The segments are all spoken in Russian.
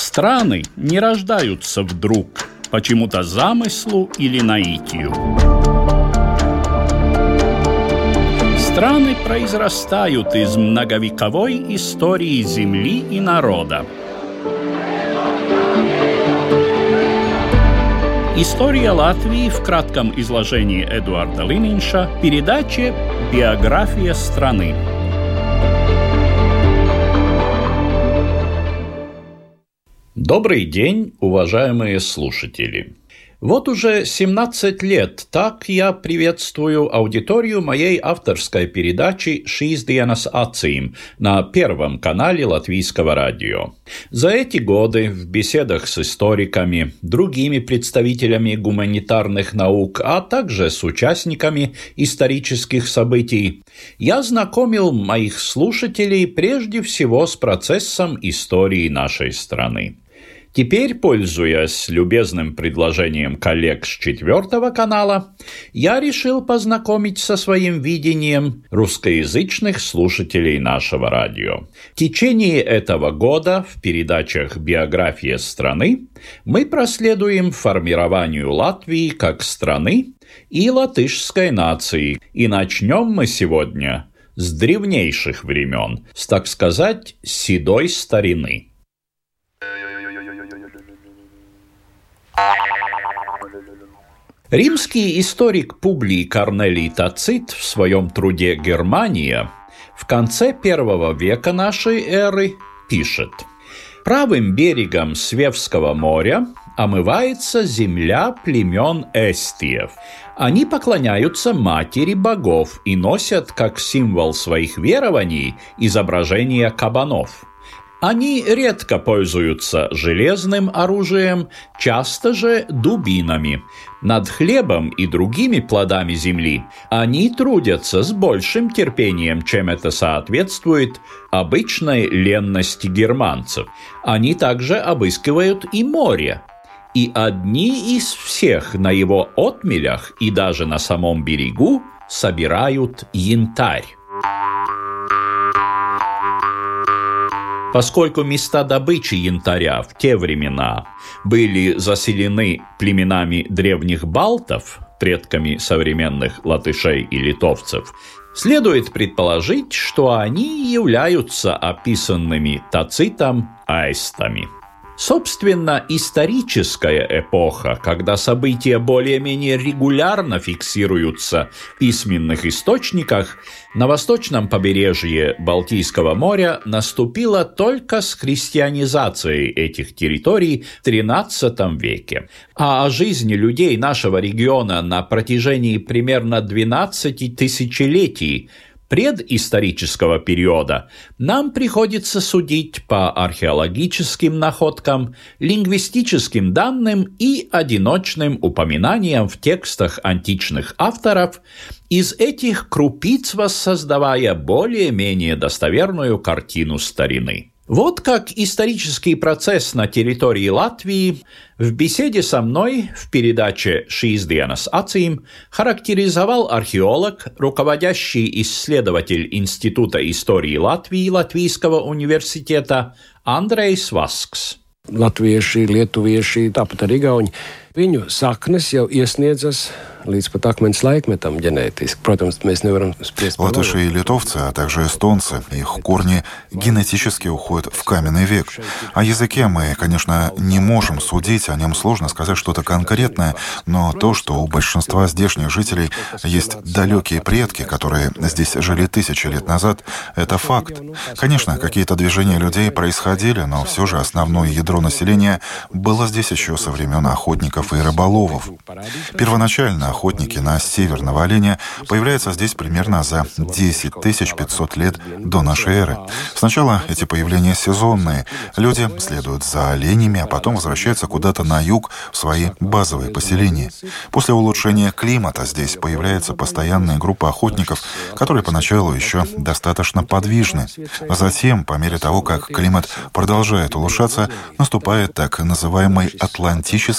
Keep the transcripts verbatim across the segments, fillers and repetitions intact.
Страны не рождаются вдруг, почему-то замыслу или наитию. Страны произрастают из многовековой истории земли и народа. История Латвии в кратком изложении Эдуарда Лининша в передаче «Биография страны». Добрый день, уважаемые слушатели! Вот уже семнадцать лет так я приветствую аудиторию моей авторской передачи «Šīs dienas acīm» на Первом канале Латвийского радио. За эти годы в беседах с историками, другими представителями гуманитарных наук, а также с участниками исторических событий, я знакомил моих слушателей прежде всего с процессом истории нашей страны. Теперь, пользуясь любезным предложением коллег с Четвертого канала, я решил познакомить со своим видением русскоязычных слушателей нашего радио. В течение этого года в передачах «Биография страны» мы проследуем формированию Латвии как страны и латышской нации, и начнем мы сегодня с древнейших времен, с, так сказать, седой старины. Римский историк Публий Корнелий Тацит в своем труде «Германия» в конце первого века нашей эры пишет: «Правым берегом Свевского моря омывается земля племен эстиев. Они поклоняются матери богов и носят как символ своих верований изображение кабанов. Они редко пользуются железным оружием, часто же дубинами. Над хлебом и другими плодами земли они трудятся с большим терпением, чем это соответствует обычной ленности германцев. Они также обыскивают и море. И одни из всех на его отмелях и даже на самом берегу собирают янтарь». Поскольку места добычи янтаря в те времена были заселены племенами древних балтов, предками современных латышей и литовцев, следует предположить, что они являются описанными Тацитом аистами. Собственно, историческая эпоха, когда события более-менее регулярно фиксируются в письменных источниках, на восточном побережье Балтийского моря наступила только с христианизацией этих территорий в тринадцатом веке. А о жизни людей нашего региона на протяжении примерно двенадцати тысячелетий предысторического периода нам приходится судить по археологическим находкам, лингвистическим данным и одиночным упоминаниям в текстах античных авторов, из этих крупиц воссоздавая более-менее достоверную картину старины. Вот как исторический процесс на территории Латвии в беседе со мной в передаче «Šīs dienas acīm» характеризовал археолог, руководящий исследователь Института истории Латвии Латвийского университета Андрejs Vaskс. Latvieši, lietuvieši, tāpat arī igauņi, viņu saknes jau iesniedzas līdz pat akmens laikmetam ģenētiski. Protams, mēs nevaram spriest par valodu. Латыши и литовцы, а также эстонцы, их корни генетически уходят в каменный век. О языке мы, конечно, не можем судить, о нем сложно сказать что-то конкретное, но то, что у большинства здешних жителей есть далекие предки, которые здесь жили тысячи лет назад, это факт. Конечно, какие-то движения людей происходили, но все же основное ядро населения было здесь еще со времен охотников и рыболовов. Первоначально охотники на северного оленя появляются здесь примерно за десять тысяч пятьсот лет до нашей эры. Сначала эти появления сезонные. Люди следуют за оленями, а потом возвращаются куда-то на юг в свои базовые поселения. После улучшения климата здесь появляется постоянная группа охотников, которые поначалу еще достаточно подвижны. Затем, по мере того, как климат продолжает улучшаться, наступает так называемый атлантический климат.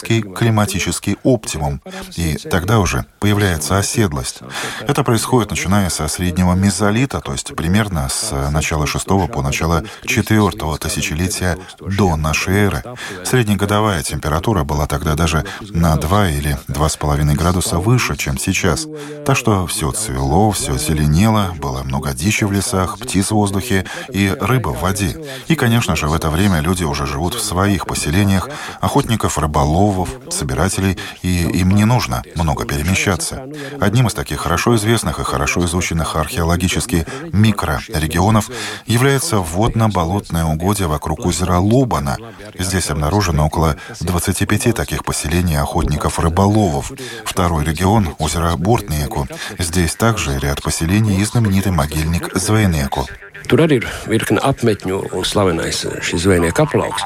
климатический оптимум, и тогда уже появляется оседлость. Это происходит начиная со среднего мезолита, то есть примерно с начала шестого по начало четвертого тысячелетия до нашей эры. Среднегодовая температура была тогда даже на два или два с половиной градуса выше, чем сейчас. Так что все цвело, все зеленело, было много дичи в лесах, птиц в воздухе и рыбы в воде. И, конечно же, в это время люди уже живут в своих поселениях, охотников, рыболовов, собирателей, и им не нужно много перемещаться. Одним из таких хорошо известных и хорошо изученных археологически микрорегионов является водно-болотное угодье вокруг озера Лобана. Здесь обнаружено около двадцати пяти таких поселений охотников-рыболовов. Второй регион — озеро Бортниеку. Здесь также ряд поселений и знаменитый могильник Звейnieku. Tur arī ir virkne apmetņu un slavenais šis Zvejnieka aplauks.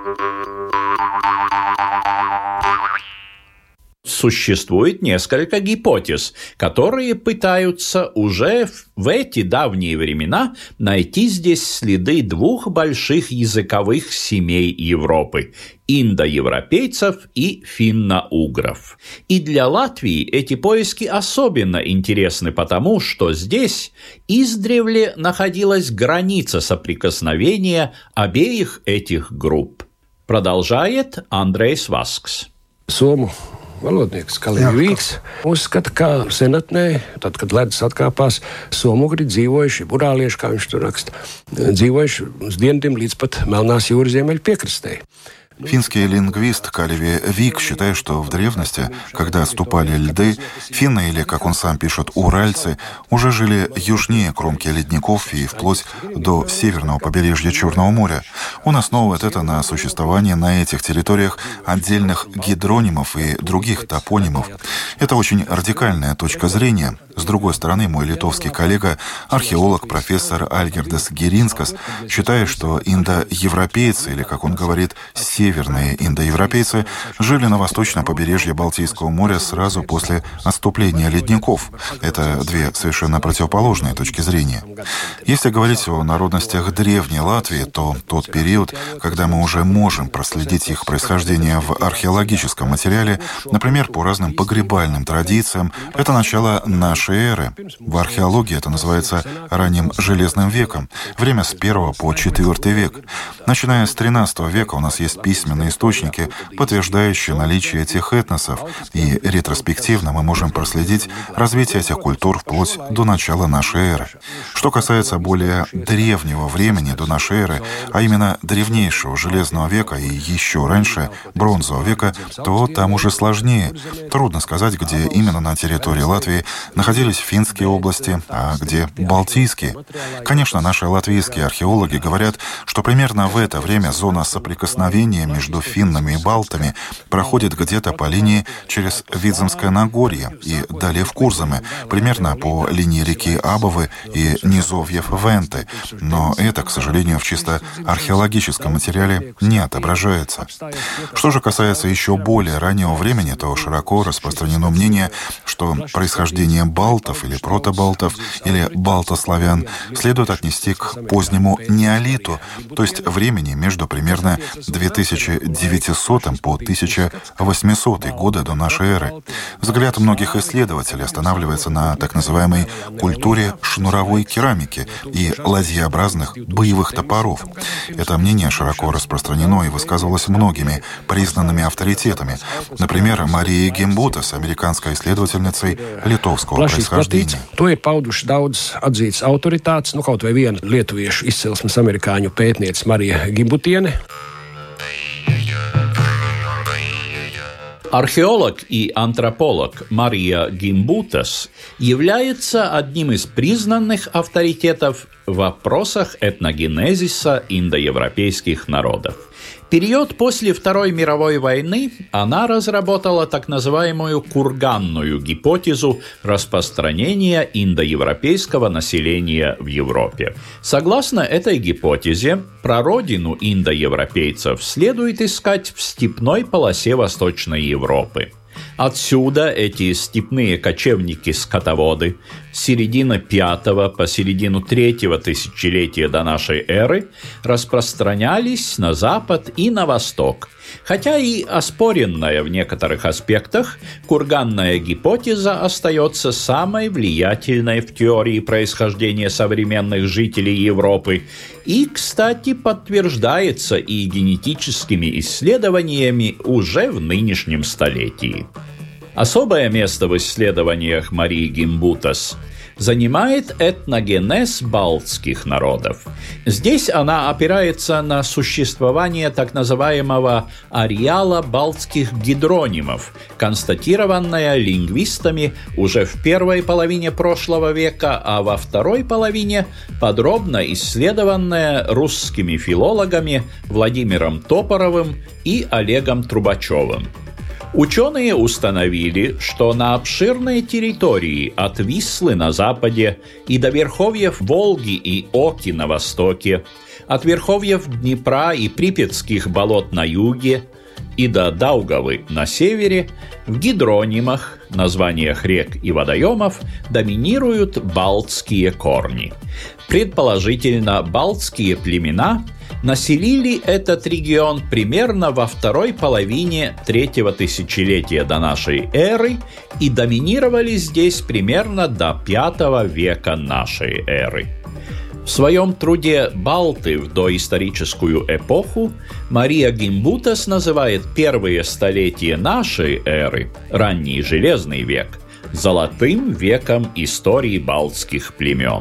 Существует несколько гипотез, которые пытаются уже в эти давние времена найти здесь следы двух больших языковых семей Европы – индоевропейцев и финно-угров. И для Латвии эти поиски особенно интересны потому, что здесь издревле находилась граница соприкосновения обеих этих групп. Продолжает Андрейс Vaskс. Somu valodnieks Kalniņš uzskata, ka senatnē, tad, kad ledus atkāpās, somugri dzīvojuši, burālieši, kā viņš tur raksta, dzīvojuši uz dienvidiem līdz pat Melnās jūras ziemeļu piekrastei. Финский лингвист Кальви Вик считает, что в древности, когда отступали льды, финны, или, как он сам пишет, уральцы, уже жили южнее кромки ледников и вплоть до северного побережья Черного моря. Он основывает это на существовании на этих территориях отдельных гидронимов и других топонимов. Это очень радикальная точка зрения. С другой стороны, мой литовский коллега, археолог, профессор Альгердас Геринскас, считает, что индоевропейцы, или, как он говорит, северные индоевропейцы, жили на восточном побережье Балтийского моря сразу после отступления ледников. Это две совершенно противоположные точки зрения. Если говорить о народностях древней Латвии, то тот период, когда мы уже можем проследить их происхождение в археологическом материале, например, по разным погребальным традициям, это начало нашей эры. В археологии это называется ранним Железным веком, время с первого по четвертый век. Начиная с тринадцатого века у нас есть письменные источники, подтверждающие наличие этих этносов, и ретроспективно мы можем проследить развитие этих культур вплоть до начала нашей эры. Что касается более древнего времени до нашей эры, а именно древнейшего Железного века и еще раньше Бронзового века, то там уже сложнее. Трудно сказать, где именно на территории Латвии находились финские области, а где балтийские. Конечно, наши латвийские археологи говорят, что примерно в это время зона соприкосновения между финнами и балтами проходит где-то по линии через Видземское Нагорье и далее в Курзаме, примерно по линии реки Абовы и низовьев Венты. Но это, к сожалению, в чисто археологическом материале не отображается. Что же касается еще более раннего времени, то широко распространено мнение, что происхождение балтов или протобалтов или балтославян следует отнести к позднему неолиту, то есть времени между примерно две тысячи девятисотым по тысяча восьмисотый годы до нашей эры. Взгляд многих исследователей останавливается на так называемой культуре шнуровой керамики и ладьеобразных боевых топоров. Это мнение широко распространено и высказывалось многими признанными авторитетами. Например, Марией Гимбутас, американской исследовательницей литовского происхождения. To ir pauduši daudz atzītas autoritātes, nu kaut vai viena lietuviešu izcelsmes amerikāņu pētniece Marija Gimbutiene. Археолог и антрополог Мария Гимбутас является одним из признанных авторитетов в вопросах этногенезиса индоевропейских народов. В период после Второй мировой войны она разработала так называемую курганную гипотезу распространения индоевропейского населения в Европе. Согласно этой гипотезе, прародину индоевропейцев следует искать в степной полосе Восточной Европы. Отсюда эти степные кочевники-скотоводы с середины пятого по середину третьего тысячелетия до нашей эры распространялись на запад и на восток. Хотя и оспоренная в некоторых аспектах, курганная гипотеза остается самой влиятельной в теории происхождения современных жителей Европы и, кстати, подтверждается и генетическими исследованиями уже в нынешнем столетии. Особое место в исследованиях Марии Гимбутас занимает этногенез балтских народов. Здесь она опирается на существование так называемого ареала балтских гидронимов, констатированное лингвистами уже в первой половине прошлого века, а во второй половине подробно исследованное русскими филологами Владимиром Топоровым и Олегом Трубачевым. Ученые установили, что на обширной территории от Вислы на западе и до верховьев Волги и Оки на востоке, от верховьев Днепра и Припятских болот на юге и до Даугавы на севере, в гидронимах, названиях рек и водоемов, доминируют балтские корни. Предположительно, балтские племена населили этот регион примерно во второй половине третьего тысячелетия до нашей эры и доминировали здесь примерно до пятого века нашей эры. В своем труде «Балты в доисторическую эпоху» Мария Гимбутас называет первые столетия нашей эры, ранний Железный век, золотым веком истории балтских племен.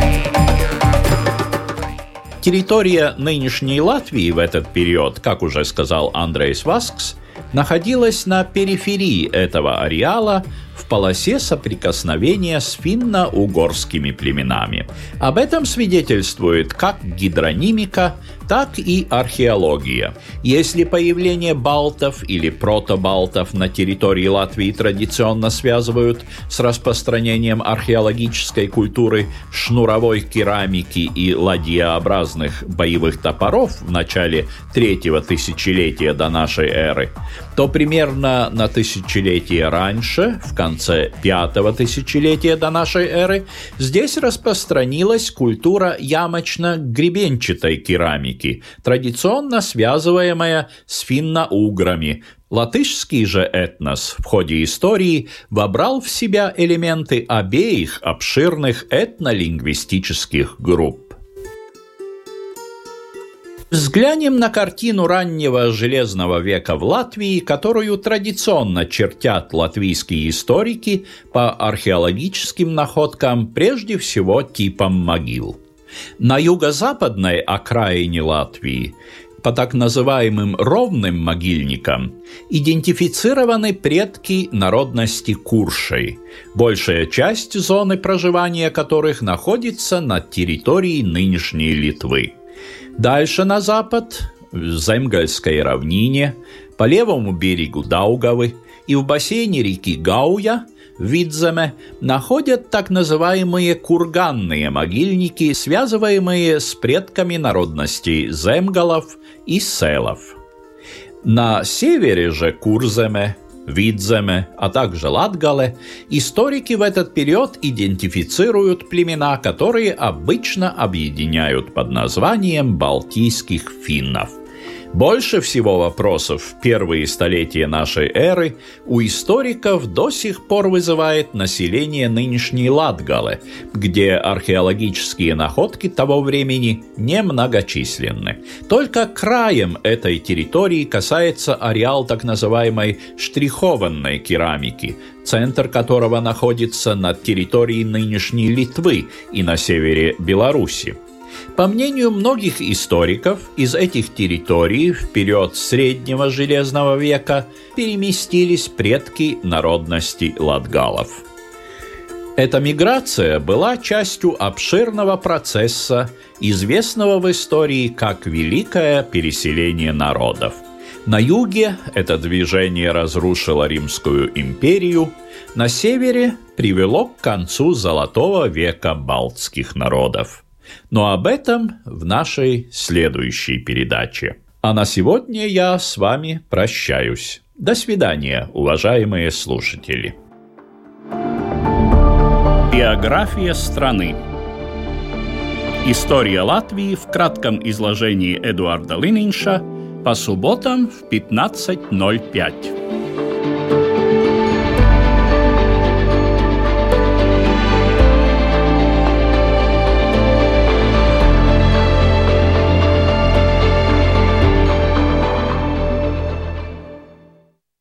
Территория нынешней Латвии в этот период, как уже сказал Андрейс Васкс, находилась на периферии этого ареала в полосе соприкосновения с финно-угорскими племенами. Об этом свидетельствует как гидронимика, так и археология. Если появление балтов или протобалтов на территории Латвии традиционно связывают с распространением археологической культуры шнуровой керамики и ладьеобразных боевых топоров в начале третьего тысячелетия до нашей эры, то примерно на тысячелетие раньше, в конце пятого тысячелетия до нашей эры, здесь распространилась культура ямочно-гребенчатой керамики, традиционно связываемая с финно-уграми. Латышский же этнос в ходе истории вобрал в себя элементы обеих обширных этнолингвистических групп. Взглянем на картину раннего Железного века в Латвии, которую традиционно чертят латвийские историки по археологическим находкам, прежде всего типом могил. На юго-западной окраине Латвии по так называемым ровным могильникам идентифицированы предки народности Куршей, большая часть зоны проживания которых находится на территории нынешней Литвы. Дальше на запад, в Земгальской равнине, по левому берегу Даугавы и в бассейне реки Гауя, в Видземе, находят так называемые курганные могильники, связываемые с предками народностей земгалов и селов. На севере же Курземе, Видземе, а также Латгале историки в этот период идентифицируют племена, которые обычно объединяют под названием балтийских финнов. Больше всего вопросов в первые столетия нашей эры у историков до сих пор вызывает население нынешней Латгалы, где археологические находки того времени немногочисленны. Только краем этой территории касается ареал так называемой штрихованной керамики, центр которого находится на территории нынешней Литвы и на севере Беларуси. По мнению многих историков, из этих территорий в период Среднего Железного века переместились предки народности латгалов. Эта миграция была частью обширного процесса, известного в истории как Великое переселение народов. На юге это движение разрушило Римскую империю, на севере привело к концу Золотого века балтских народов. Но об этом в нашей следующей передаче. А на сегодня я с вами прощаюсь. До свидания, уважаемые слушатели. Биография страны. История Латвии в кратком изложении Эдуарда Лининша по субботам в пятнадцать ноль пять.